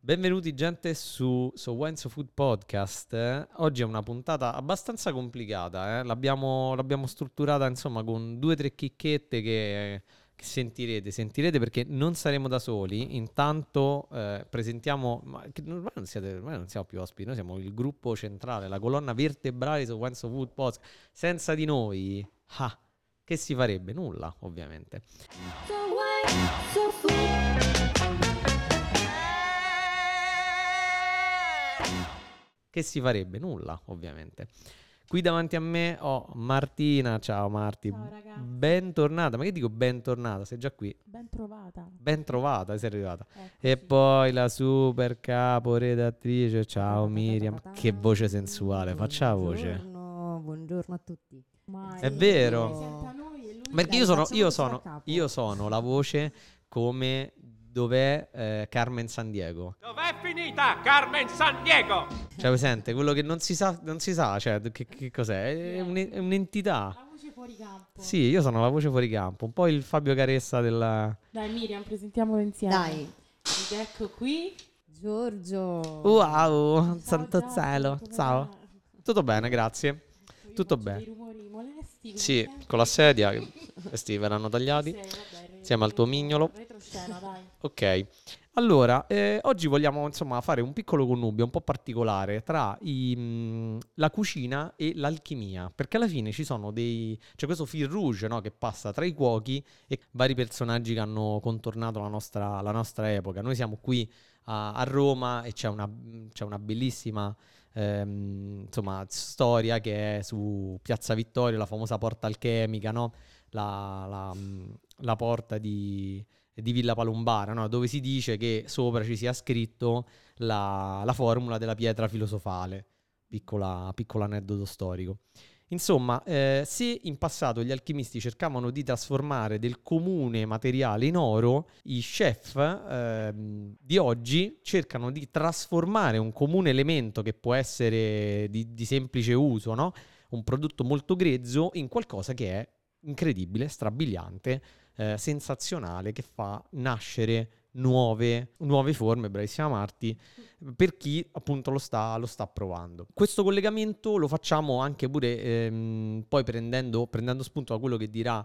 Benvenuti gente su Wine So Food Podcast. Oggi è una puntata abbastanza complicata, L'abbiamo strutturata insomma con 2 o 3 chicchette che sentirete perché non saremo da soli. Intanto presentiamo, ormai non siamo più ospiti, noi siamo il gruppo centrale, la colonna vertebrale su Wine So Food Podcast. Senza di noi, che si farebbe? Nulla, ovviamente. Che si farebbe? Nulla, ovviamente. Qui davanti a me ho Martina. Ciao Marti. Ciao ragazzi. Bentornata. Ma che dico bentornata? Sei già qui? Ben trovata. Ben trovata, sei arrivata. Eccoci. E poi la super capo redattrice. Ciao Miriam. Che voce sensuale. Faccia la voce. Buongiorno a tutti. È vero. Presenta noi e lui Perché dai, io sono la voce come dov'è Carmen Sandiego. Dov'è finita Carmen Sandiego? Cioè, presente, quello che non si sa, cioè, che cos'è? È un'entità. La voce fuori campo. Sì, io sono la voce fuori campo, un po' il Fabio Caressa della... Dai Miriam, presentiamolo insieme. Dai, Ed ecco qui. Giorgio. Wow, santo Giorgio, cielo, come ciao. va? Tutto bene, grazie. Io Tutto faccio bene. dei rumori molesti. come Sì, sempre. con la sedia, questi verranno tagliati. Sì, vabbè, insieme al tuo mignolo. Retroscena, dai. Ok, allora, oggi vogliamo insomma fare un piccolo connubio un po' particolare tra la cucina e l'alchimia, perché alla fine c'è questo fil rouge, no, che passa tra i cuochi e vari personaggi che hanno contornato la nostra epoca. Noi siamo qui a Roma e c'è una bellissima insomma, storia che è su Piazza Vittorio, la famosa porta alchemica, no? La porta di Villa Palombara, no? Dove si dice che sopra ci sia scritto la formula della pietra filosofale. Piccolo aneddoto storico. Insomma, se in passato gli alchimisti cercavano di trasformare del comune materiale in oro, i chef di oggi cercano di trasformare un comune elemento che può essere di semplice uso, no? Un prodotto molto grezzo, in qualcosa che è incredibile, strabiliante, sensazionale, che fa nascere nuove forme, bravissima Marti, per chi appunto lo sta provando. Questo collegamento lo facciamo anche pure poi prendendo spunto da quello che dirà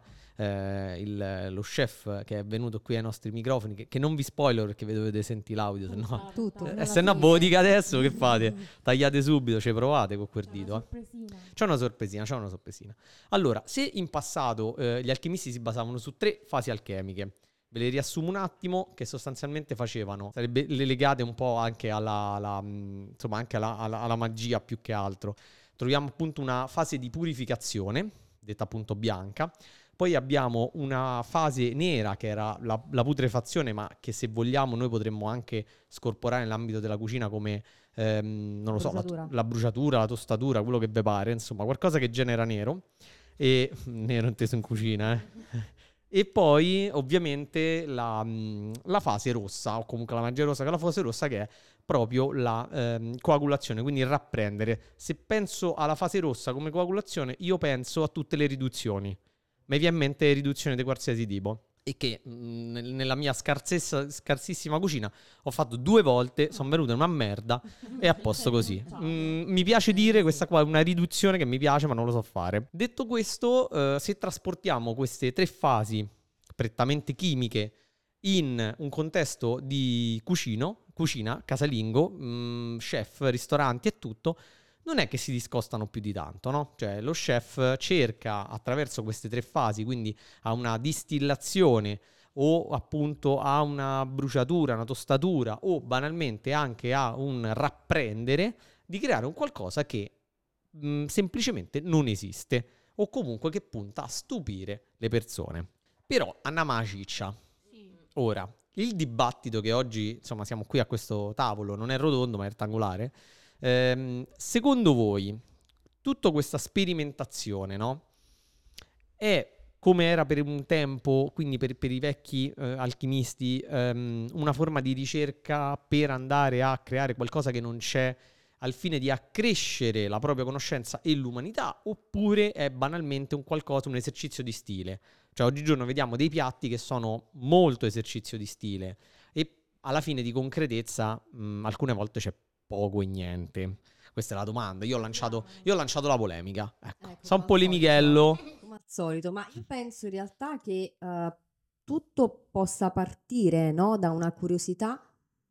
lo chef che è venuto qui ai nostri microfoni, che non vi spoiler perché vi dovete sentire l'audio, se no Tutto. se no ve lo dico adesso, che fate? Tagliate subito, ci provate con quel dito. Sorpresina. C'è una sorpresina. Allora, se in passato gli alchimisti si basavano su 3 fasi alchemiche, ve le riassumo un attimo, che sostanzialmente sarebbe legate un po' anche insomma, anche alla magia più che altro. Troviamo appunto una fase di purificazione, detta appunto bianca. Poi abbiamo una fase nera che era la putrefazione, ma che se vogliamo noi potremmo anche scorporare nell'ambito della cucina come, non lo so, la bruciatura, la tostatura, quello che vi pare, insomma, qualcosa che genera nero. E nero inteso in cucina, E poi ovviamente la fase rossa, o comunque la magia rossa, che è la fase rossa, che è proprio la coagulazione, quindi il rapprendere. Se penso alla fase rossa come coagulazione, io penso a tutte le riduzioni. Mi viene in mente riduzioni di qualsiasi tipo. E che nella mia scarsissima cucina ho fatto 2 volte, sono venuta una merda e a posto così. Mi piace dire questa qua è una riduzione che mi piace, ma non lo so fare. Detto questo, se trasportiamo queste 3 fasi prettamente chimiche in un contesto di cucina, casalingo, chef, ristoranti e tutto, non è che si discostano più di tanto, no? Cioè lo chef cerca attraverso queste 3 fasi, quindi a una distillazione o appunto a una bruciatura, una tostatura o banalmente anche a un rapprendere, di creare un qualcosa che semplicemente non esiste o comunque che punta a stupire le persone. Però andiamo alla ciccia. Ora, il dibattito che oggi, insomma, siamo qui a questo tavolo, non è rotondo ma è rettangolare. Secondo voi tutta questa sperimentazione, no? È come era per un tempo, quindi per i vecchi alchimisti, una forma di ricerca per andare a creare qualcosa che non c'è al fine di accrescere la propria conoscenza e l'umanità, oppure è banalmente un esercizio di stile? Cioè oggigiorno vediamo dei piatti che sono molto esercizio di stile e alla fine di concretezza alcune volte c'è poco e niente. Questa è la domanda. Io ho lanciato la polemica. Ecco, Ecco, sa un come al polemichello. Come al solito, ma io penso in realtà che tutto possa partire, no, da una curiosità,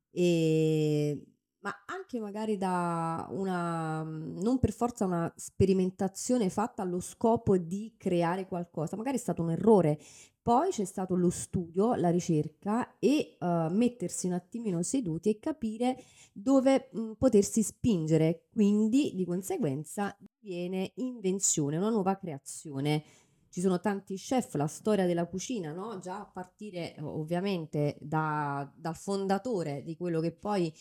ma anche magari da una, non per forza una sperimentazione fatta allo scopo di creare qualcosa. Magari è stato un errore, poi c'è stato lo studio, la ricerca e mettersi un attimino seduti e capire dove potersi spingere, quindi di conseguenza viene invenzione, una nuova creazione. Ci sono tanti chef, la storia della cucina, no? Già a partire ovviamente dal fondatore di quello che poi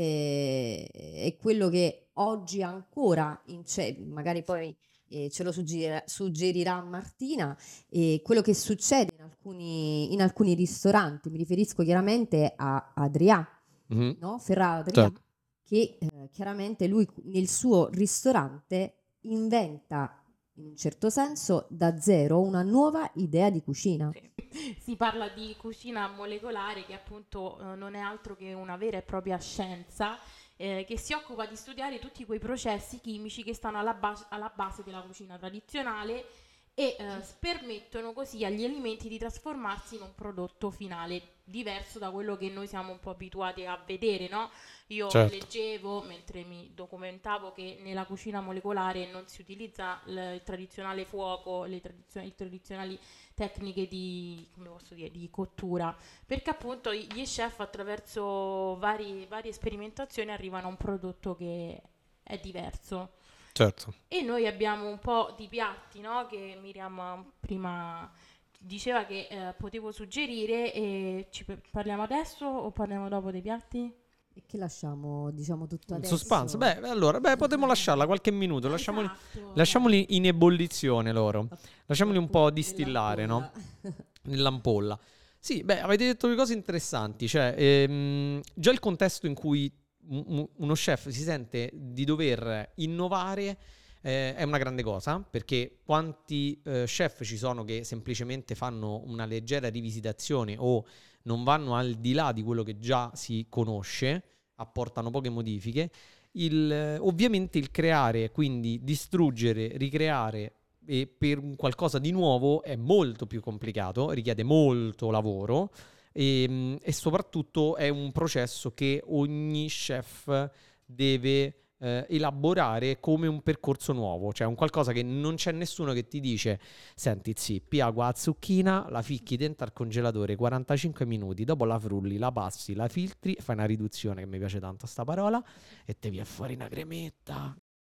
è quello che oggi ancora, magari poi ce lo suggerirà Martina, quello che succede in alcuni ristoranti. Mi riferisco chiaramente a Adrià, Mhm. no? Ferraro Adrià, Certo. che chiaramente lui nel suo ristorante inventa in un certo senso da zero una nuova idea di cucina. Si parla di cucina molecolare, che appunto non è altro che una vera e propria scienza che si occupa di studiare tutti quei processi chimici che stanno alla base della cucina tradizionale e permettono così agli alimenti di trasformarsi in un prodotto finale diverso da quello che noi siamo un po' abituati a vedere, no? Io Certo. leggevo mentre mi documentavo che nella cucina molecolare non si utilizza il tradizionale fuoco, le tradizionali tecniche di, come posso dire, di cottura, perché appunto gli chef attraverso varie sperimentazioni arrivano a un prodotto che è diverso. Certo. E noi abbiamo un po' di piatti, no? Che Miriam prima diceva che potevo suggerire, e parliamo adesso o parliamo dopo dei piatti? E che lasciamo, diciamo, tutto In adesso? suspense. Allora, potremmo lasciarla qualche minuto. Esatto. Lasciamoli in ebollizione loro. Lasciamoli un po' distillare, no? Nell'ampolla. Nell'ampolla. Sì, avete detto due cose interessanti. Cioè, già il contesto in cui uno chef si sente di dover innovare è una grande cosa, perché quanti chef ci sono che semplicemente fanno una leggera rivisitazione o non vanno al di là di quello che già si conosce, apportano poche modifiche. Ovviamente il creare, quindi distruggere, ricreare e per un qualcosa di nuovo è molto più complicato, richiede molto lavoro e soprattutto è un processo che ogni chef deve elaborare come un percorso nuovo, cioè un qualcosa che non c'è nessuno che ti dice: senti zippi, acqua a zucchina, la ficchi dentro al congelatore 45 minuti, dopo la frulli, la passi, la filtri, fai una riduzione, che mi piace tanto sta parola, e te viene fuori una cremetta.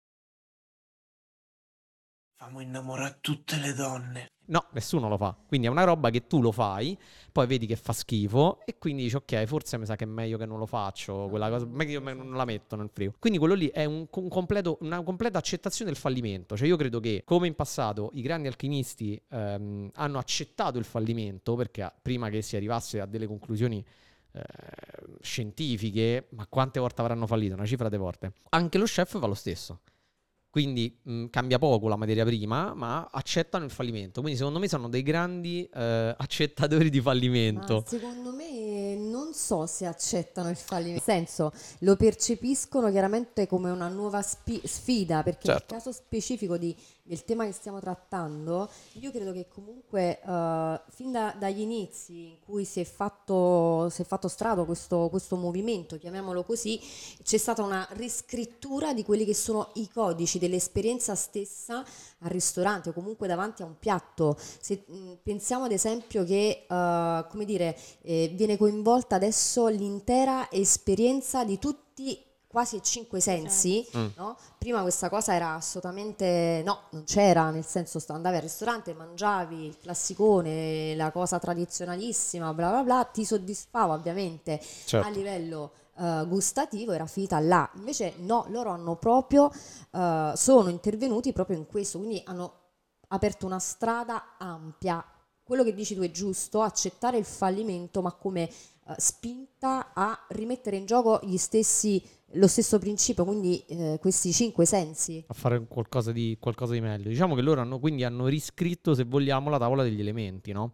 Famo innamorare tutte le donne. No, nessuno lo fa. Quindi è una roba che tu lo fai, poi vedi che fa schifo e quindi dici: ok, forse mi sa che è meglio che non lo faccio, quella cosa, meglio che non la metto nel frigo. Quindi quello lì è una completa accettazione del fallimento. Cioè io credo che, come in passato, i grandi alchimisti hanno accettato il fallimento, perché prima che si arrivasse a delle conclusioni scientifiche, ma quante volte avranno fallito? Una cifra di volte. Anche lo chef fa lo stesso. Quindi cambia poco la materia prima, ma accettano il fallimento. Quindi secondo me sono dei grandi accettatori di fallimento. Ma secondo me non so se accettano il fallimento, nel senso lo percepiscono chiaramente come una nuova sfida, perché Certo. nel caso specifico del tema che stiamo trattando, io credo che comunque fin dagli inizi in cui si è fatto strato questo movimento, chiamiamolo così, c'è stata una riscrittura di quelli che sono i codici dell'esperienza stessa al ristorante o comunque davanti a un piatto. Se pensiamo ad esempio che come dire, viene coinvolta adesso l'intera esperienza di tutti quasi 5 sensi, no? Prima questa cosa era assolutamente non c'era, nel senso andavi al ristorante, mangiavi il classicone, la cosa tradizionalissima, bla bla bla, ti soddisfava ovviamente Certo. a livello gustativo, era finita là. Invece no, loro hanno proprio sono intervenuti proprio in questo, quindi hanno aperto una strada ampia. Quello che dici tu è giusto, accettare il fallimento, ma come spinta a rimettere in gioco lo stesso principio, quindi questi 5 sensi. A fare qualcosa di meglio. Diciamo che loro hanno riscritto, se vogliamo, la tavola degli elementi, no?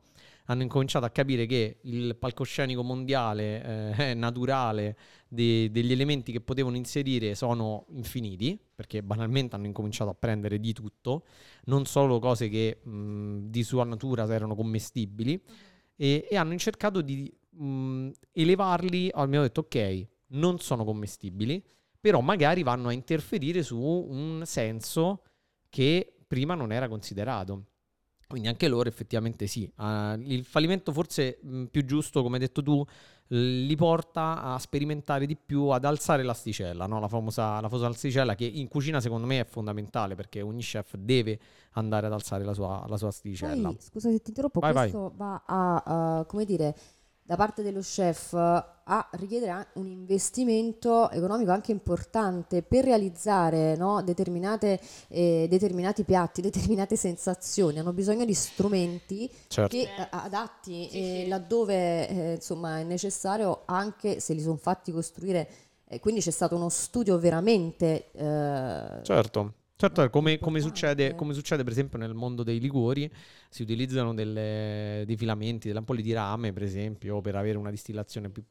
hanno incominciato a capire che il palcoscenico mondiale naturale degli elementi che potevano inserire sono infiniti, perché banalmente hanno incominciato a prendere di tutto, non solo cose che di sua natura erano commestibili, e hanno cercato di elevarli, abbiamo detto ok, non sono commestibili, però magari vanno a interferire su un senso che prima non era considerato. Quindi anche loro effettivamente sì. Il fallimento forse più giusto, come hai detto tu, li porta a sperimentare di più, ad alzare l'asticella, no? La famosa asticella, che in cucina secondo me è fondamentale, perché ogni chef deve andare ad alzare la sua asticella. Poi, scusa se ti interrompo, Vai. questo va a, come dire, da parte dello chef a richiedere un investimento economico anche importante per realizzare, no, determinati piatti, determinate sensazioni. Hanno bisogno di strumenti Certo. che adatti Sì. laddove insomma è necessario, anche se li sono fatti costruire. Quindi c'è stato uno studio veramente Certo, come importante. succede per esempio nel mondo dei liquori, si utilizzano dei filamenti, delle ampolle di rame per esempio, per avere una distillazione più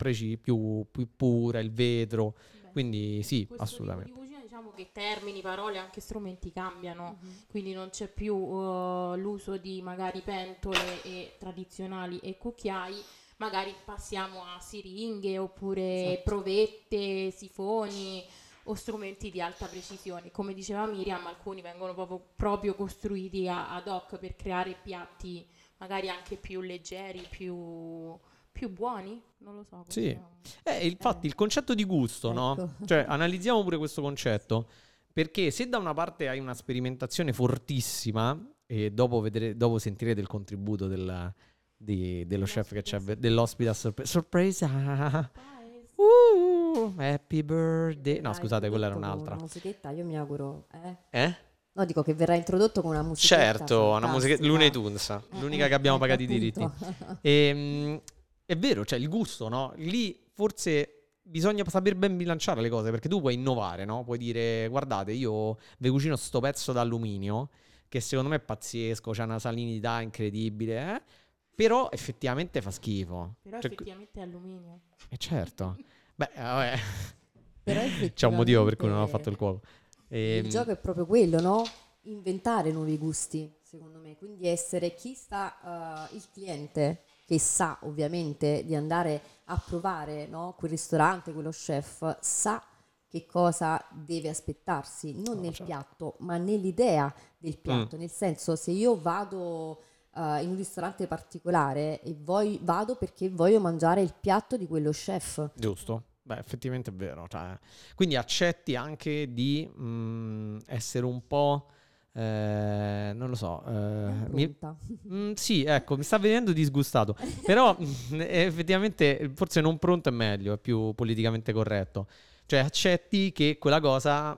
pura, il vetro, Beh, quindi sì, questo assolutamente. tipo di cucina, diciamo che termini, parole, anche strumenti cambiano, Mhm. quindi non c'è più l'uso di magari pentole tradizionali e cucchiai, magari passiamo a siringhe oppure Esatto. provette, sifoni o strumenti di alta precisione. Come diceva Miriam, alcuni vengono proprio costruiti ad hoc per creare piatti magari anche più leggeri, più buoni, non lo so. Sì. questo- Infatti il concetto di gusto, no? Ecco. Cioè, analizziamo pure questo concetto, perché se da una parte hai una sperimentazione fortissima, e dopo sentirete il contributo dello chef che c'è, dell'ospite a sorpresa. Happy birthday. No, Verrà scusate, quella era introdotto con un'altra. una musichetta, io mi auguro. Eh? No, dico che verrà introdotto con una musichetta Certo, una musica fantastica. Looney Tunes, l'unica che abbiamo ecco, pagato i diritti. appunto. È vero, cioè il gusto, no? Lì forse bisogna saper ben bilanciare le cose, perché tu puoi innovare, no? Puoi dire, guardate, io vi cucino sto pezzo d'alluminio, che secondo me è pazzesco, c'ha una salinità incredibile, però effettivamente fa schifo. Però Cioè, effettivamente è alluminio. certo. Beh, vabbè. Però C'è un motivo per cui non ho effettivamente fatto il cuoco. il gioco è proprio quello, no? Inventare nuovi gusti, secondo me. Quindi essere chi sta, il cliente che sa ovviamente di andare a provare, no? Quel ristorante, quello chef, sa che cosa deve aspettarsi, non nel certo. piatto, ma nell'idea del piatto. Nel senso, se io vado in un ristorante particolare e vado perché voglio mangiare il piatto di quello chef. Giusto. Beh, effettivamente è vero. Cioè, quindi accetti anche di essere un po', non lo so, Pronta. sì, ecco, mi sta venendo disgustato, però effettivamente forse non pronto è meglio, è più politicamente corretto. Cioè accetti che quella cosa,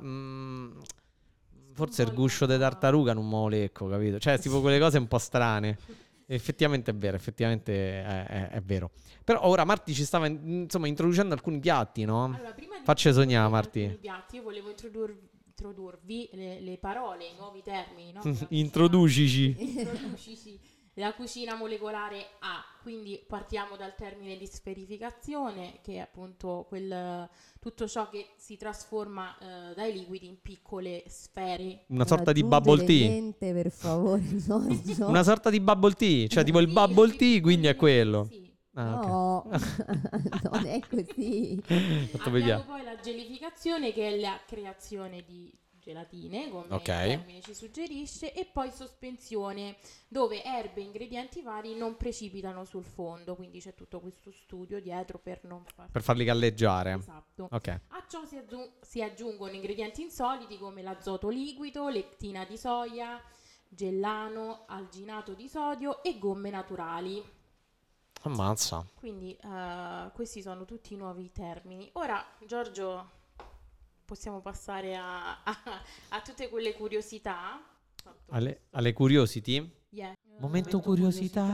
forse il guscio di tartaruga non me lo lecco, capito? Cioè tipo quelle cose un po' strane. Effettivamente è vero, effettivamente è vero. Però ora Marti ci stava insomma introducendo alcuni piatti, no? Allora, prima di Facci sognare, introdurre Marti. alcuni piatti, io volevo introdurvi le parole, i nuovi termini, no? Introducici. Introducici la cucina molecolare A, quindi partiamo dal termine di sferificazione, che è appunto tutto ciò che si trasforma dai liquidi in piccole sfere. Una sorta di Aggiungere bubble tea. niente, per favore, Giorgio. Una sorta di bubble tea, cioè tipo il Sì, bubble sì, tea, quindi è quello. sì. Ah, ok. No, non è così. Fatto Abbiamo vedere. poi la gelificazione, che è la creazione di gelatine, come Ok. il termine ci suggerisce, e poi sospensione, dove erbe e ingredienti vari non precipitano sul fondo, quindi c'è tutto questo studio dietro per non far... Per farli galleggiare. Esatto. Ok. A ciò si aggiungono ingredienti insoliti come l'azoto liquido, lectina di soia, gellano, alginato di sodio e gomme naturali. Ammazza. Quindi questi sono tutti i nuovi termini. Ora, Giorgio, possiamo passare a tutte quelle curiosità. Alle curiosity. Yeah. Momento curiosità.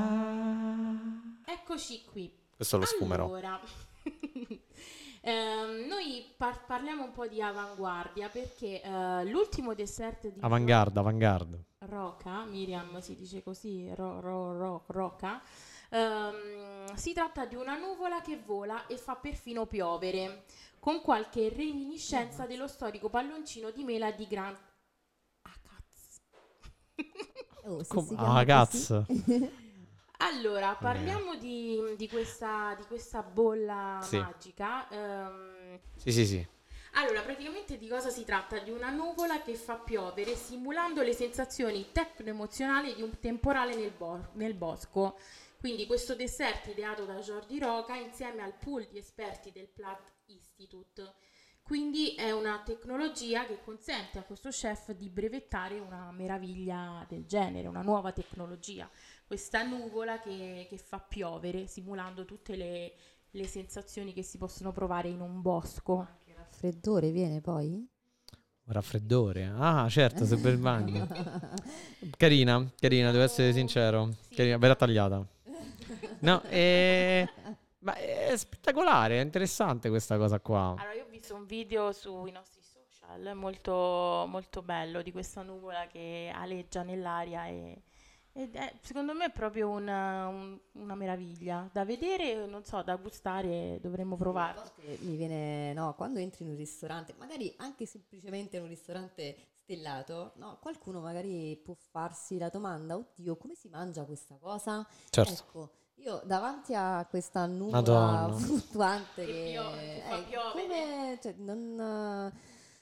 Eccoci qui. Questo lo sfumerò. Allora, noi parliamo un po' di avanguardia, perché l'ultimo dessert di Avanguardia. Roca, Miriam si dice così, Roca, Si tratta di una nuvola che vola e fa perfino piovere, con qualche reminiscenza dello storico palloncino di mela di Grand Acaz. Oh, se Com- si chiama cazzo. così. Allora, parliamo di questa bolla Sì. magica. Sì. Allora, praticamente di cosa si tratta? Di una nuvola che fa piovere simulando le sensazioni tecno-emozionali di un temporale nel bosco. Quindi questo dessert ideato da Jordi Roca insieme al pool di esperti del Platt Institute. Quindi è una tecnologia che consente a questo chef di brevettare una meraviglia del genere, una nuova tecnologia. Questa nuvola che fa piovere simulando tutte le sensazioni che si possono provare in un bosco. Che raffreddore viene poi? Raffreddore. Ah, certo, se per il bagno. Carina, devo essere sincero. Sì. Carina, verrà tagliata. No, ma è spettacolare, è interessante questa cosa qua. Allora, io ho visto un video sui nostri social molto, molto bello di questa nuvola che aleggia nell'aria ed è, secondo me, è proprio una meraviglia da vedere, non so, da gustare, dovremmo provarlo. Mi viene, no, quando entri in un ristorante, magari anche semplicemente in un ristorante stellato, no, qualcuno magari può farsi la domanda, oddio, come si mangia questa cosa? Certo. Ecco, io davanti a questa nuvola Madonna. fluttuante Che che piove, che fa piovere. come, cioè, non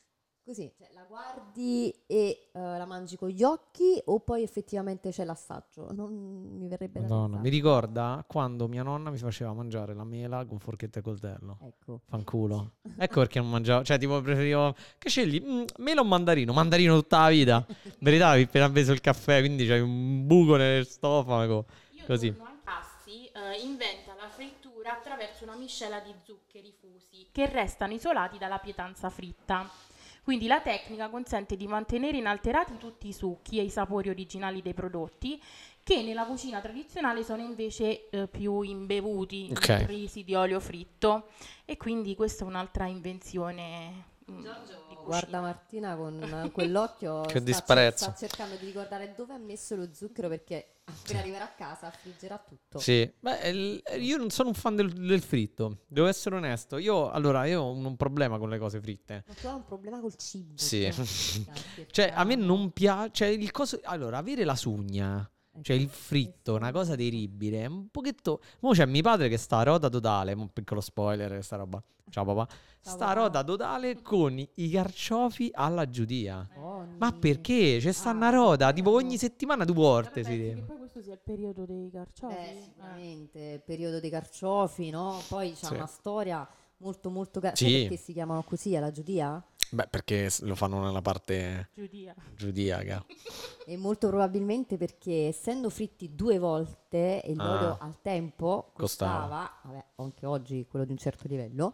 così, cioè, la guardi e la mangi con gli occhi o poi effettivamente c'è l'assaggio? Non mi verrebbe da Madonna, mi pensare. ricorda quando mia nonna mi faceva mangiare la mela con forchetta e coltello. Ecco. Fanculo. Ecco perché non mangiavo, cioè tipo preferivo, che scegli? Mela o mandarino? Mandarino tutta la vita. Verità, avevi appena preso il caffè, quindi c'hai un buco nel stomaco. Io Così. torno anche a Cassi, inventa la frittura attraverso una miscela di zuccheri fusi che restano isolati dalla pietanza fritta. Quindi la tecnica consente di mantenere inalterati tutti i succhi e i sapori originali dei prodotti che nella cucina tradizionale sono invece più imbevuti, Ok. intrisi di olio fritto, e quindi questa è un'altra invenzione di Guarda cucina. Martina con quell'occhio Che disprezzo. sta cercando di ricordare dove ha messo lo zucchero perché appena arriverà a casa friggerà tutto. Sì, beh, io non sono un fan del fritto, devo essere onesto. Io ho un problema con le cose fritte. Ma tu hai un problema col cibo. Sì. Cioè, Cioè, a me non piace, cioè, il coso, allora, avere la sugna, cioè il fritto, una cosa terribile, è un pochetto. Mo' c'è mio padre che sta a roda totale, un piccolo spoiler, sta roba. Ciao papà. Ciao, Sta a papà. roda totale con i carciofi alla giudia. Oh, Ma perché? C'è sta una Ah, roda, tipo bello. ogni settimana due volte Pensi si che deve. poi questo sia il periodo dei carciofi? sicuramente, periodo dei carciofi, no? Poi c'ha Sì. una storia molto molto Sì. Sai perché si chiamano così alla Giudia? Beh, perché lo fanno nella parte Giudia. giudiaca. E molto probabilmente perché essendo fritti due volte e l'olio Ah. al tempo Costava. costava, vabbè, anche oggi quello di un certo livello,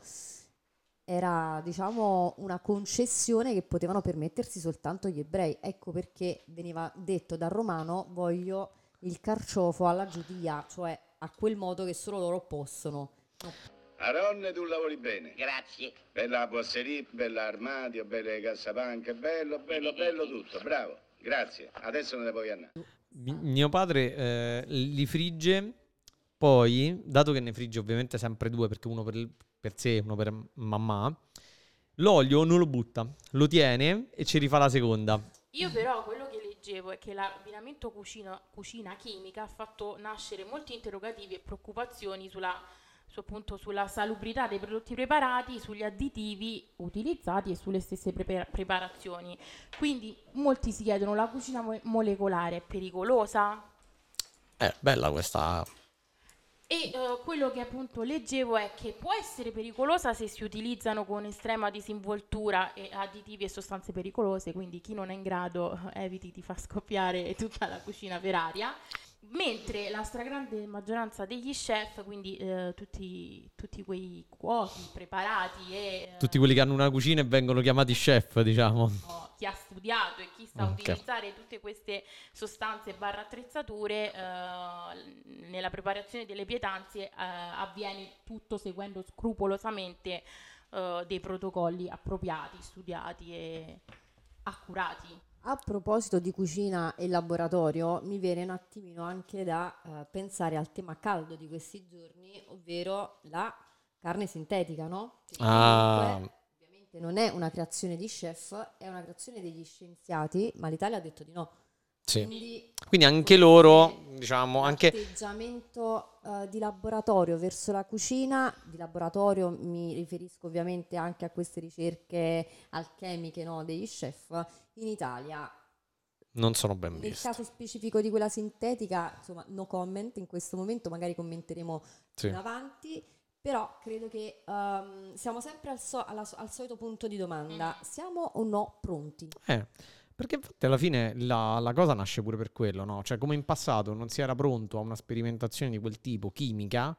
era diciamo una concessione che potevano permettersi soltanto gli ebrei. Ecco perché veniva detto dal romano voglio il carciofo alla giudia, cioè a quel modo che solo loro possono. Aronne, tu lavori bene. Grazie. Bella boasserie, bella armadio, belle cassapanche, bello tutto, bravo. Grazie. Adesso ne puoi andare. Mio padre li frigge, poi, dato che ne frigge ovviamente sempre due, perché uno per sé e uno per mamma, l'olio non lo butta, lo tiene e ci rifà la seconda. Io però quello che leggevo è che l'abbinamento cucina chimica ha fatto nascere molti interrogativi e preoccupazioni appunto sulla salubrità dei prodotti preparati, sugli additivi utilizzati e sulle stesse preparazioni. Quindi molti si chiedono, la cucina molecolare è pericolosa? Bella questa. E quello che appunto leggevo è che può essere pericolosa se si utilizzano con estrema disinvoltura e additivi e sostanze pericolose, quindi chi non è in grado eviti di far scoppiare tutta la cucina per aria, mentre la stragrande maggioranza degli chef, quindi tutti quei cuochi preparati e Tutti quelli che hanno una cucina e vengono chiamati chef, diciamo. chi ha studiato e chi sa Ok. utilizzare tutte queste sostanze barra attrezzature nella preparazione delle pietanze avviene tutto seguendo scrupolosamente dei protocolli appropriati, studiati e accurati. A proposito di cucina e laboratorio, mi viene un attimino anche da pensare al tema caldo di questi giorni, ovvero la carne sintetica, no? Che comunque, ovviamente non è una creazione di chef, è una creazione degli scienziati, ma l'Italia ha detto di no. Sì. Quindi anche loro, diciamo, anche l'atteggiamento di laboratorio verso la cucina, di laboratorio mi riferisco ovviamente anche a queste ricerche alchemiche, no, degli chef, in Italia. non sono ben Nel visti. caso specifico di quella sintetica, insomma, no comment in questo momento, magari commenteremo Sì. in avanti, però credo che siamo sempre al solito punto di domanda, siamo o no pronti? Perché infatti alla fine la cosa nasce pure per quello, no? Cioè, come in passato non si era pronto a una sperimentazione di quel tipo chimica,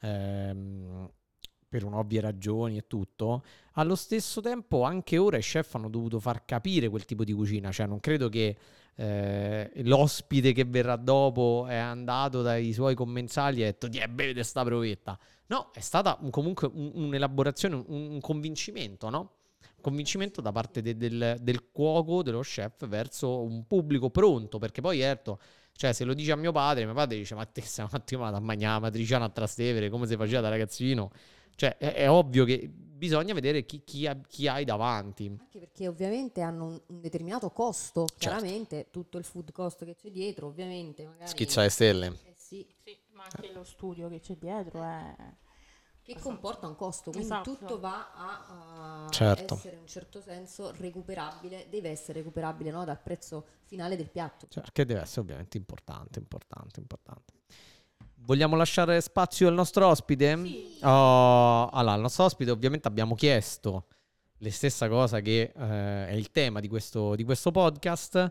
per ovvie ragioni e tutto, allo stesso tempo anche ora i chef hanno dovuto far capire quel tipo di cucina. Cioè, non credo che l'ospite che verrà dopo è andato dai suoi commensali e ha detto bevete sta provetta. No, è stata comunque un'elaborazione, un convincimento, no? Convincimento da parte del cuoco, dello chef verso un pubblico pronto, perché poi certo, cioè se lo dice a mio padre dice ma te sei un attimo a mangiare matriciana a Trastevere come si faceva da ragazzino, cioè è ovvio che bisogna vedere chi hai davanti. Anche perché ovviamente hanno un determinato costo, chiaramente tutto il food cost che c'è dietro, ovviamente magari Schizza le stelle. sì, Ma anche lo studio che c'è dietro è... che comporta un costo, quindi Esatto. tutto va a Certo. essere in un certo senso recuperabile, deve essere recuperabile, no, dal prezzo finale del piatto. Cioè, che deve essere ovviamente importante. Vogliamo lasciare spazio al nostro ospite? Sì. Allora, al nostro ospite ovviamente abbiamo chiesto la stessa cosa che è il tema di questo podcast.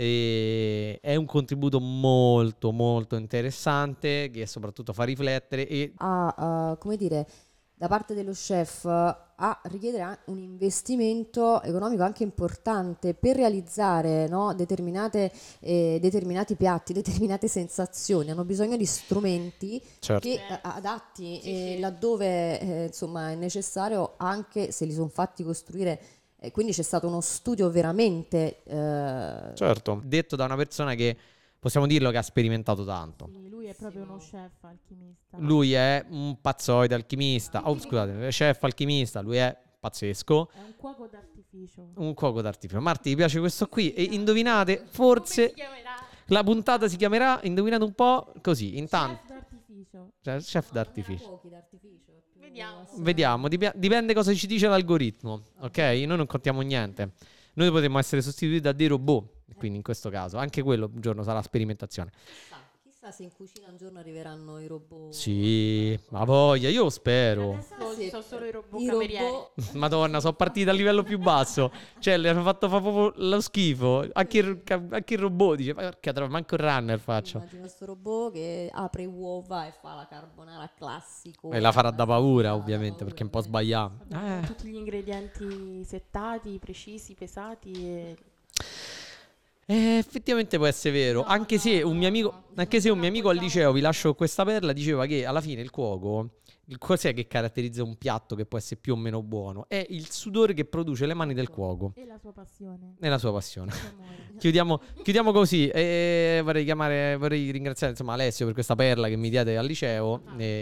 E è un contributo molto molto interessante che soprattutto fa riflettere e Come dire, da parte dello chef a richiedere un investimento economico anche importante per realizzare, no, determinati piatti, determinate sensazioni. Hanno bisogno di strumenti certo. che adatti Sì. laddove insomma è necessario, anche se li sono fatti costruire. Quindi c'è stato uno studio veramente Certo, detto da una persona che possiamo dirlo che ha sperimentato tanto. Sì, lui è proprio uno chef alchimista. Lui è un pazzoide alchimista. Oh, scusate, chef alchimista, lui è pazzesco. È un cuoco d'artificio. Un cuoco d'artificio. Marti, ti piace questo qui? E indovinate, forse Come si chiamerà? la puntata si chiamerà, indovinate un po' così, intanto. Chef d'artificio. Cioè, chef d'artificio. fuochi d'artificio. Vediamo. Vediamo, dipende cosa ci dice l'algoritmo, ok? Noi non contiamo niente. Noi potremmo essere sostituiti da dei robot, quindi in questo caso, anche quello un giorno sarà sperimentazione. Chissà se in cucina un giorno arriveranno i robot. Sì, ma voglia, io lo spero. Adesso sono solo i robot I camerieri. robot Madonna, sono partiti dal livello più basso. Cioè, le hanno fatto fa proprio lo schifo. Anche il robot dice, ma perché manco il runner faccio. Immagino questo robot che apre uova e fa la carbonara classico. E la farà da paura, Da ovviamente, paura, perché un po' sbagliato. Abbiamo tutti gli ingredienti settati, precisi, pesati e... Effettivamente può essere vero, anche se un mio amico al liceo, vi lascio questa perla, diceva che alla fine il cuoco, cos'è che caratterizza un piatto che può essere più o meno buono? È il sudore che produce le mani del cuoco E la sua passione. e la sua passione. Che amore. Chiudiamo così e vorrei ringraziare insomma Alessio per questa perla che mi diede al liceo.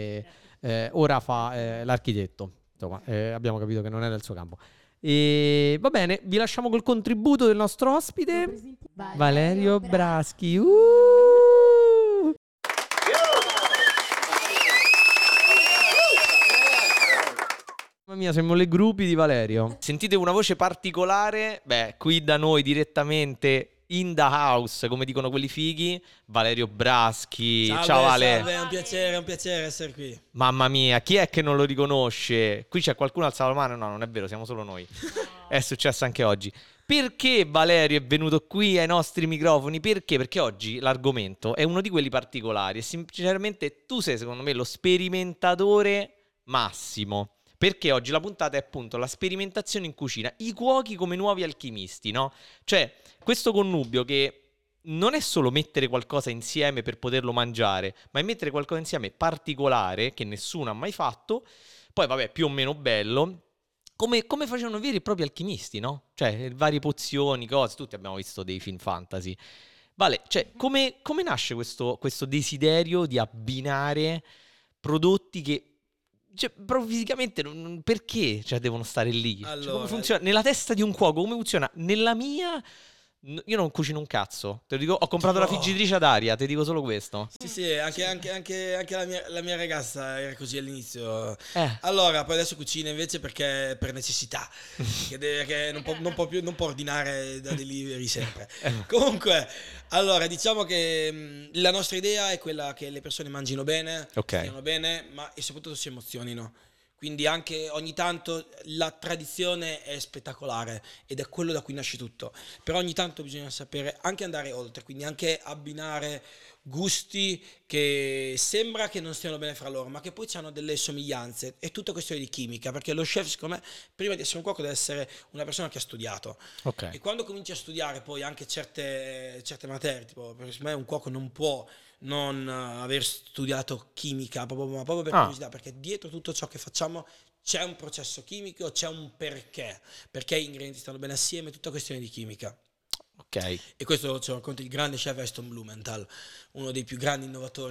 Ora fa l'architetto, insomma abbiamo capito che non è del suo campo. E va bene, vi lasciamo col contributo del nostro ospite Valerio Braschi. Mamma mia, siamo le gruppi di Valerio. Sentite una voce particolare? Beh, qui da noi direttamente in the house, come dicono quelli fighi, Valerio Braschi. Ciao Vale. Salve, è un piacere essere qui. Mamma mia, chi è che non lo riconosce? Qui c'è qualcuno alzato la mano? No, non è vero, siamo solo noi. È successo anche oggi. Perché Valerio è venuto qui ai nostri microfoni? Perché? Perché oggi l'argomento è uno di quelli particolari e sinceramente tu sei secondo me lo sperimentatore massimo. Perché oggi la puntata è appunto la sperimentazione in cucina, i cuochi come nuovi alchimisti, no? Cioè, questo connubio che non è solo mettere qualcosa insieme per poterlo mangiare, ma è mettere qualcosa insieme particolare che nessuno ha mai fatto, poi vabbè, più o meno bello, come facevano veri e propri alchimisti, no? Cioè, varie pozioni, cose, tutti abbiamo visto dei film fantasy. Vale, cioè, come nasce questo desiderio di abbinare prodotti che, cioè, proprio fisicamente, perché cioè, devono stare lì? Cioè, Allora, come funziona? Nella testa di un cuoco, come funziona? Nella mia... Io non cucino un cazzo, te lo dico, ho comprato la friggitrice ad aria, ti dico solo questo. Sì, anche la mia ragazza era così all'inizio. Eh. Allora, poi adesso cucina invece perché per necessità, che non può ordinare da delivery sempre. Comunque, allora, diciamo che la nostra idea è quella che le persone mangino bene, Ok. stiano bene, ma e soprattutto si emozionino. Quindi anche ogni tanto la tradizione è spettacolare ed è quello da cui nasce tutto. Però ogni tanto bisogna sapere anche andare oltre, quindi anche abbinare gusti che sembra che non stiano bene fra loro, ma che poi hanno delle somiglianze. È tutta questione di chimica, perché lo chef, secondo me, prima di essere un cuoco deve essere una persona che ha studiato. Ok. E quando cominci a studiare poi anche certe materie, tipo, perché secondo me un cuoco non può non aver studiato chimica, ma proprio per curiosità, perché dietro tutto ciò che facciamo c'è un processo chimico, c'è un perché gli ingredienti stanno bene assieme, è tutta questione di chimica. Ok. E questo ce lo racconta il grande chef Aston Blumenthal, uno dei più grandi innovatori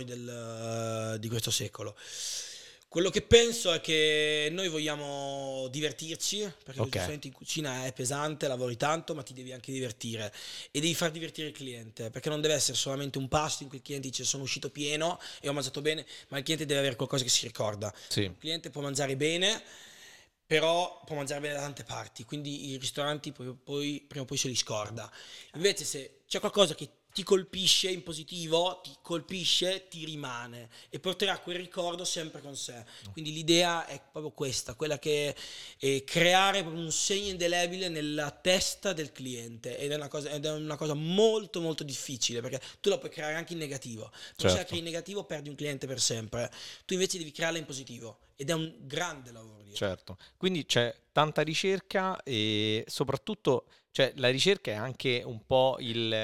di questo secolo. Quello che penso è che noi vogliamo divertirci, perché giustamente in cucina è pesante, lavori tanto, ma ti devi anche divertire e devi far divertire il cliente, perché non deve essere solamente un pasto in cui il cliente dice sono uscito pieno e ho mangiato bene, ma il cliente deve avere qualcosa che si ricorda. Sì. Il cliente può mangiare bene, però può mangiare bene da tante parti, quindi i ristoranti prima o poi se li scorda. Invece se c'è qualcosa che ti colpisce in positivo, ti colpisce, ti rimane e porterà quel ricordo sempre con sé. Quindi l'idea è proprio questa, quella che è creare un segno indelebile nella testa del cliente ed è una cosa molto molto difficile, perché tu la puoi creare anche in negativo, però se la crei in negativo perdi un cliente per sempre. Tu invece devi crearla in positivo ed è un grande lavoro. Certo, quindi c'è tanta ricerca e soprattutto, cioè, la ricerca è anche un po'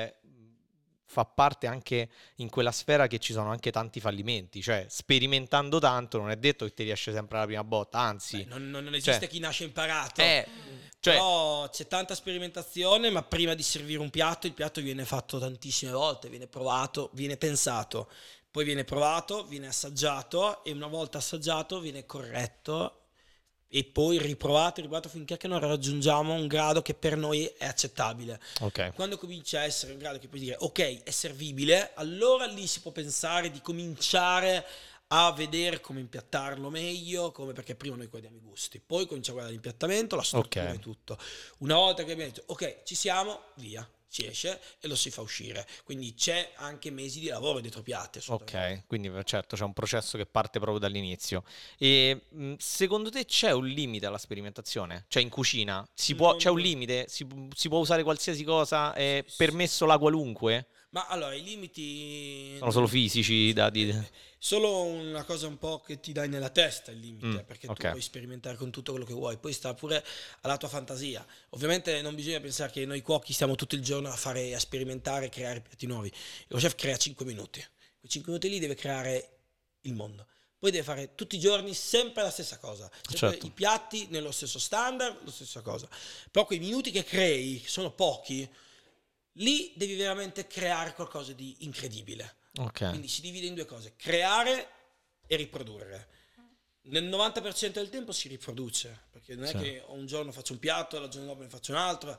fa parte anche in quella sfera che ci sono anche tanti fallimenti, cioè sperimentando tanto non è detto che ti riesce sempre alla prima botta, anzi... Beh, non esiste chi nasce imparato, cioè, però c'è tanta sperimentazione, ma prima di servire un piatto, il piatto viene fatto tantissime volte, viene provato, viene pensato, poi viene provato, viene assaggiato e una volta assaggiato viene corretto e poi riprovato finché che non raggiungiamo un grado che per noi è accettabile. ok. Quando comincia a essere un grado che puoi dire ok, è servibile, allora lì si può pensare di cominciare a vedere come impiattarlo meglio, perché prima noi guardiamo i gusti, poi cominciamo a guardare l'impiattamento, la struttura e tutto. Una volta che abbiamo detto ok, ci siamo, via, si esce e lo si fa uscire, quindi c'è anche mesi di lavoro dietro piatti. Ok, quindi certo c'è un processo che parte proprio dall'inizio. E secondo te c'è un limite alla sperimentazione? Cioè in cucina c'è un limite? Si può usare qualsiasi cosa? È permesso la qualunque? Ma allora i limiti Sono solo fisici solo una cosa un po' che ti dai nella testa il limite, perché tu puoi sperimentare con tutto quello che vuoi, poi sta pure alla tua fantasia. Ovviamente non bisogna pensare che noi cuochi stiamo tutto il giorno a sperimentare, creare piatti nuovi. Lo chef crea 5 minuti, quei 5 minuti lì deve creare il mondo. Poi deve fare tutti i giorni sempre la stessa cosa, sempre i piatti nello stesso standard, la stessa cosa. Però quei minuti che crei, che sono pochi, lì devi veramente creare qualcosa di incredibile. Quindi si divide in due cose: creare e riprodurre. Nel 90% del tempo si riproduce, perché non è che un giorno faccio un piatto e il giorno dopo ne faccio un altro.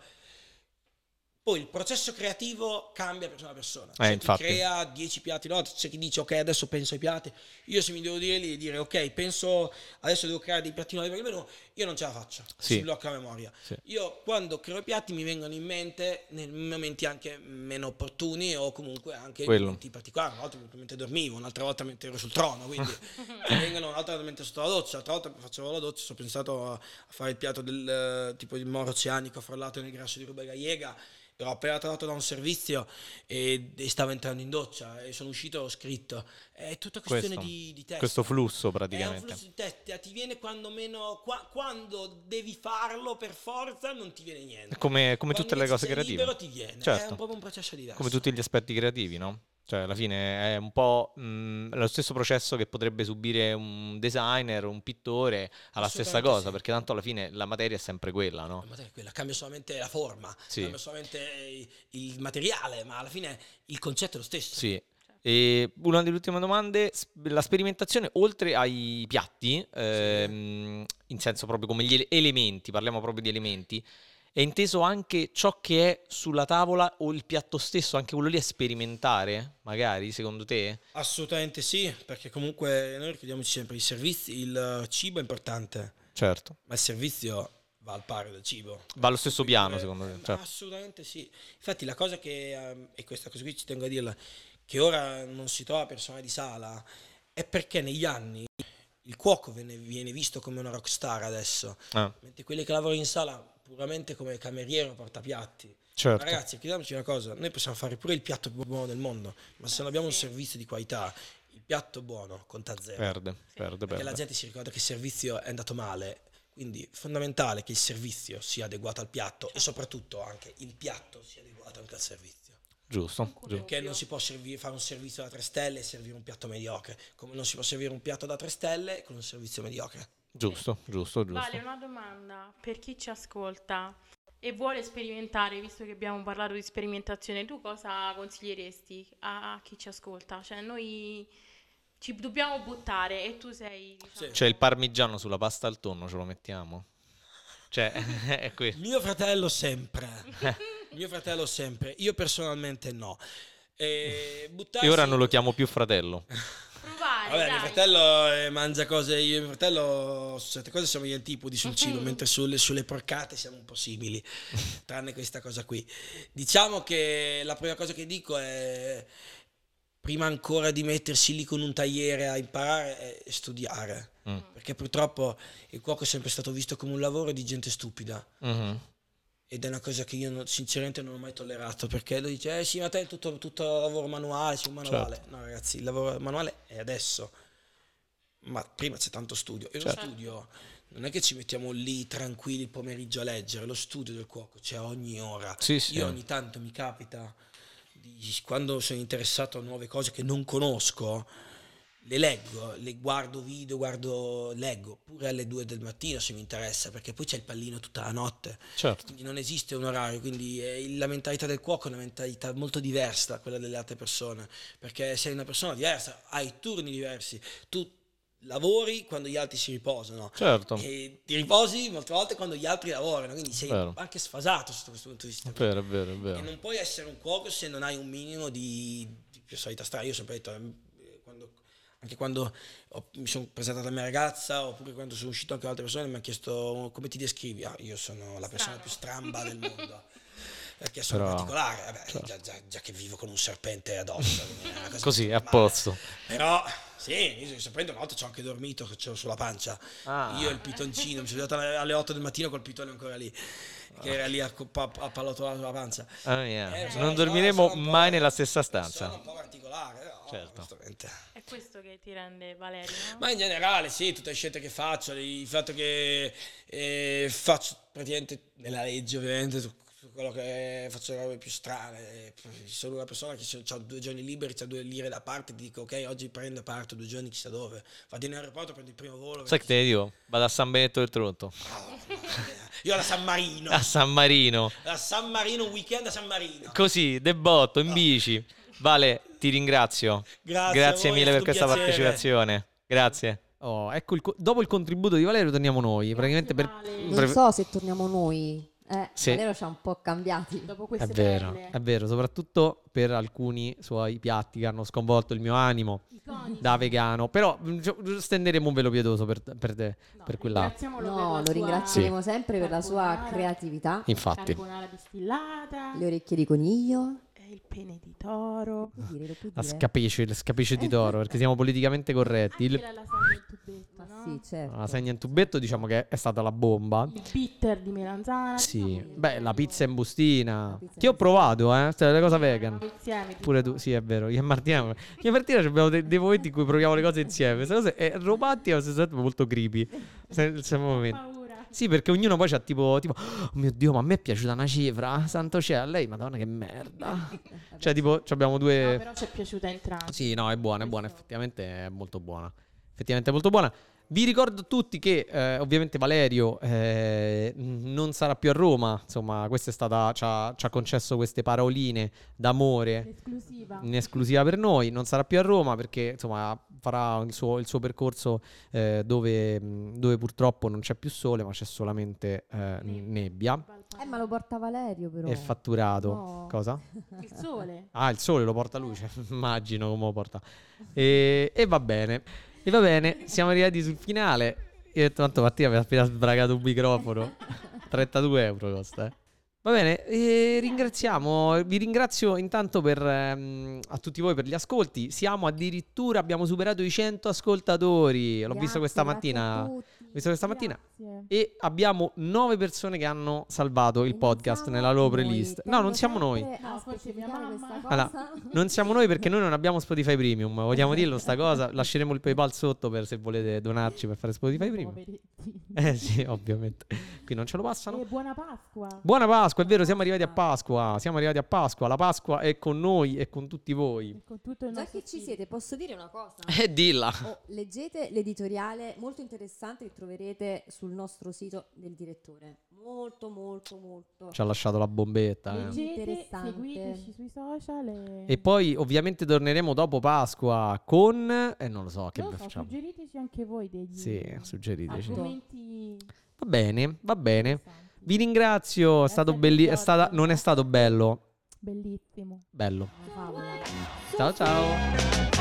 Poi il processo creativo cambia persona a persona. C'è chi crea 10 piatti, no? C'è chi dice ok, adesso penso ai piatti. Io se mi devo dire ok, penso adesso devo creare dei piatti nuovi per il menù, io non ce la faccio, si blocca la memoria. Io quando creo i piatti mi vengono in mente nei momenti anche meno opportuni o comunque anche in momenti particolari. Una volta mentre dormivo, un'altra volta mentre ero sul trono, quindi mi vengono un'altra volta mentre sto alla doccia, l'altra volta facevo la doccia, ho pensato a fare il piatto del tipo di moro oceanico frullato nel grasso di ruba gallega. Ero appena tornato da un servizio e stavo entrando in doccia e sono uscito e ho scritto. È tutta questione di testa. Questo flusso praticamente. È un flusso di testa, ti viene quando devi farlo per forza non ti viene niente. Come tutte le cose creative. Libero ti viene, è proprio un processo diverso. Come tutti gli aspetti creativi, no? Cioè, alla fine è un po' lo stesso processo che potrebbe subire un designer, un pittore, alla stessa cosa, perché tanto alla fine la materia è sempre quella, no? La materia è quella, cambia solamente la forma, cambia solamente il materiale, ma alla fine il concetto è lo stesso. Sì. E una delle ultime domande, la sperimentazione oltre ai piatti, in senso proprio come gli elementi, parliamo proprio di elementi, è inteso anche ciò che è sulla tavola o il piatto stesso, anche quello lì è sperimentare, magari, secondo te? Assolutamente sì, perché comunque noi ricordiamoci sempre il cibo è importante. Certo. Ma il servizio va al pari del cibo. Va allo stesso piano, secondo te? Certo. Assolutamente sì. Infatti la cosa che, e questa cosa qui ci tengo a dirla, che ora non si trova personale di sala, è perché negli anni il cuoco viene visto come una rockstar adesso, mentre quelli che lavorano in sala puramente come cameriere o portapiatti. Certo. Ma ragazzi, chiediamoci una cosa, noi possiamo fare pure il piatto più buono del mondo, ma se non abbiamo un servizio di qualità, il piatto buono conta zero. Perde. Perché la gente si ricorda che il servizio è andato male, quindi è fondamentale che il servizio sia adeguato al piatto e soprattutto anche il piatto sia adeguato anche al servizio. Giusto. Perché non si può fare un servizio da 3 stelle e servire un piatto mediocre, come non si può servire un piatto da 3 stelle con un servizio mediocre. Giusto. Vale, una domanda per chi ci ascolta e vuole sperimentare, visto che abbiamo parlato di sperimentazione, tu cosa consiglieresti a chi ci ascolta? Cioè noi ci dobbiamo buttare e tu sei... Diciamo... Cioè il parmigiano sulla pasta al tonno ce lo mettiamo? Cioè è questo. Mio fratello sempre, io personalmente no. E ora non lo chiamo più fratello. Vabbè, mio fratello mangia cose, io e mio fratello su certe cose siamo gli antipodi sul cibo, mentre sulle porcate siamo un po' simili, tranne questa cosa qui. Diciamo che la prima cosa che dico è, prima ancora di mettersi lì con un tagliere a imparare, è studiare, perché purtroppo il cuoco è sempre stato visto come un lavoro di gente stupida. Ed è una cosa che io sinceramente non ho mai tollerato, perché lui dice sì, ma te è tutto lavoro manuale, c'è un manuale. Certo. No ragazzi, il lavoro manuale è adesso, ma prima c'è tanto studio. E lo studio non è che ci mettiamo lì tranquilli il pomeriggio a leggere, lo studio del cuoco c'è ogni ora. Io ogni tanto mi capita, quando sono interessato a nuove cose che non conosco, le leggo, le guardo video, leggo pure alle 2 del mattino se mi interessa, perché poi c'è il pallino tutta la notte. Certo. Quindi non esiste un orario, quindi la mentalità del cuoco è una mentalità molto diversa da quella delle altre persone, perché sei una persona diversa, hai turni diversi, tu lavori quando gli altri si riposano. Certo. E ti riposi molte volte quando gli altri lavorano, quindi sei anche sfasato sotto questo punto di vista. È vero. E non puoi essere un cuoco se non hai un minimo di personalità strana. Io ho sempre detto, anche quando mi sono presentato alla mia ragazza, oppure quando sono uscito anche con altre persone, mi hanno chiesto come ti descrivi. Io sono la persona più stramba del mondo, perché sono particolare. Vabbè, già che vivo con un serpente addosso. Così, a posto. Però, sì, io il serpente una volta ci ho anche dormito, che c'ero sulla pancia. Io e il pitoncino, mi sono svegliato alle 8 del mattino col pitone ancora lì, che era lì a pallottolato sulla pancia. Non dormiremo mai nella stessa stanza. Sono un po' particolare, certo. È questo che ti rende Valerio, no? Ma in generale sì, tutte le scelte che faccio, il fatto che faccio praticamente nella legge, ovviamente, su quello che faccio le robe più strane. Sono una persona che ha 2 giorni liberi, ha 2 lire da parte, ti dico ok, oggi prendo e parto 2 giorni chissà dove, vado in aeroporto, prendo il primo volo. Sai che te ne dico? Vado a San Benedetto del Tronto. Io a San Marino. A San Marino. A San Marino, un weekend a San Marino. Così, debotto, in bici. Vale, ti ringrazio. Grazie mille per questa partecipazione. Grazie. Ecco dopo il contributo di Valerio torniamo noi. Praticamente non so se torniamo noi. Sì. Valerio ci ha un po' cambiati dopo queste è vero, soprattutto per alcuni suoi piatti che hanno sconvolto il mio animo da vegano. Però stenderemo un velo pietoso per te, per quell'altro. Lo ringrazieremo sempre per la sua creatività. Infatti. Carbonara distillata, le orecchie di coniglio, il pene di toro, la scapice di toro, perché siamo politicamente corretti. Anche la lasagna in tubetto, no? Sì, certo. La lasagna in tubetto diciamo che è stata la bomba. Il bitter di melanzana. Sì, beh, la pizza in bustina. Ti ho provato, le cose vegan. Pure tu, sì, è vero. Io e Martina abbiamo dei momenti in cui proviamo le cose insieme. Queste cose è romantica, ma allo stesso tempo molto creepy. Sì, perché ognuno poi c'ha tipo, oh mio Dio, ma a me è piaciuta una cifra, santo cielo, a lei, madonna che merda. Cioè tipo, abbiamo due... No, però ci è piaciuta entrambi. Sì, no, è buona, effettivamente è molto buona. Effettivamente è molto buona. Vi ricordo tutti che ovviamente Valerio non sarà più a Roma, insomma, questa è stata, ci ha concesso queste paroline d'amore in esclusiva per noi, non sarà più a Roma perché insomma farà il suo percorso dove purtroppo non c'è più sole ma c'è solamente nebbia. Ma lo porta Valerio però. È fatturato. No. Cosa? Il sole. Ah, il sole lo porta lui, immagino come lo porta. E va bene. E va bene, siamo arrivati sul finale. Io ho detto, tanto Mattia mi ha appena sbragato un microfono. 32 euro costa, Va bene, vi ringrazio intanto a tutti voi per gli ascolti. Abbiamo superato i 100 ascoltatori. L'ho visto questa mattina. E abbiamo 9 persone che hanno salvato il podcast nella loro playlist. No, non siamo noi. Non siamo noi perché noi non abbiamo Spotify Premium. Vogliamo dirlo sta cosa? Lasceremo il PayPal sotto per se volete donarci per fare Spotify Premium. Sì, ovviamente. Qui non ce lo passano. E buona Pasqua. Buona Pasqua, è vero, siamo arrivati a Pasqua. La Pasqua è con noi e con tutti voi. Con tutto il Già nostro che ci siete, posso dire una cosa? Dilla. Leggete l'editoriale molto interessante che troverete sul nostro sito del direttore. Molto, molto, molto. Ci ha lasciato la bombetta. Leggete, seguiteci sui social. E poi ovviamente torneremo dopo Pasqua con... non lo so, che facciamo. Suggeriteci anche voi degli suggeriteci. argomenti. Va bene. Vi ringrazio, è stato non è stato bello. Bellissimo. Bello. Favola. Ciao ciao.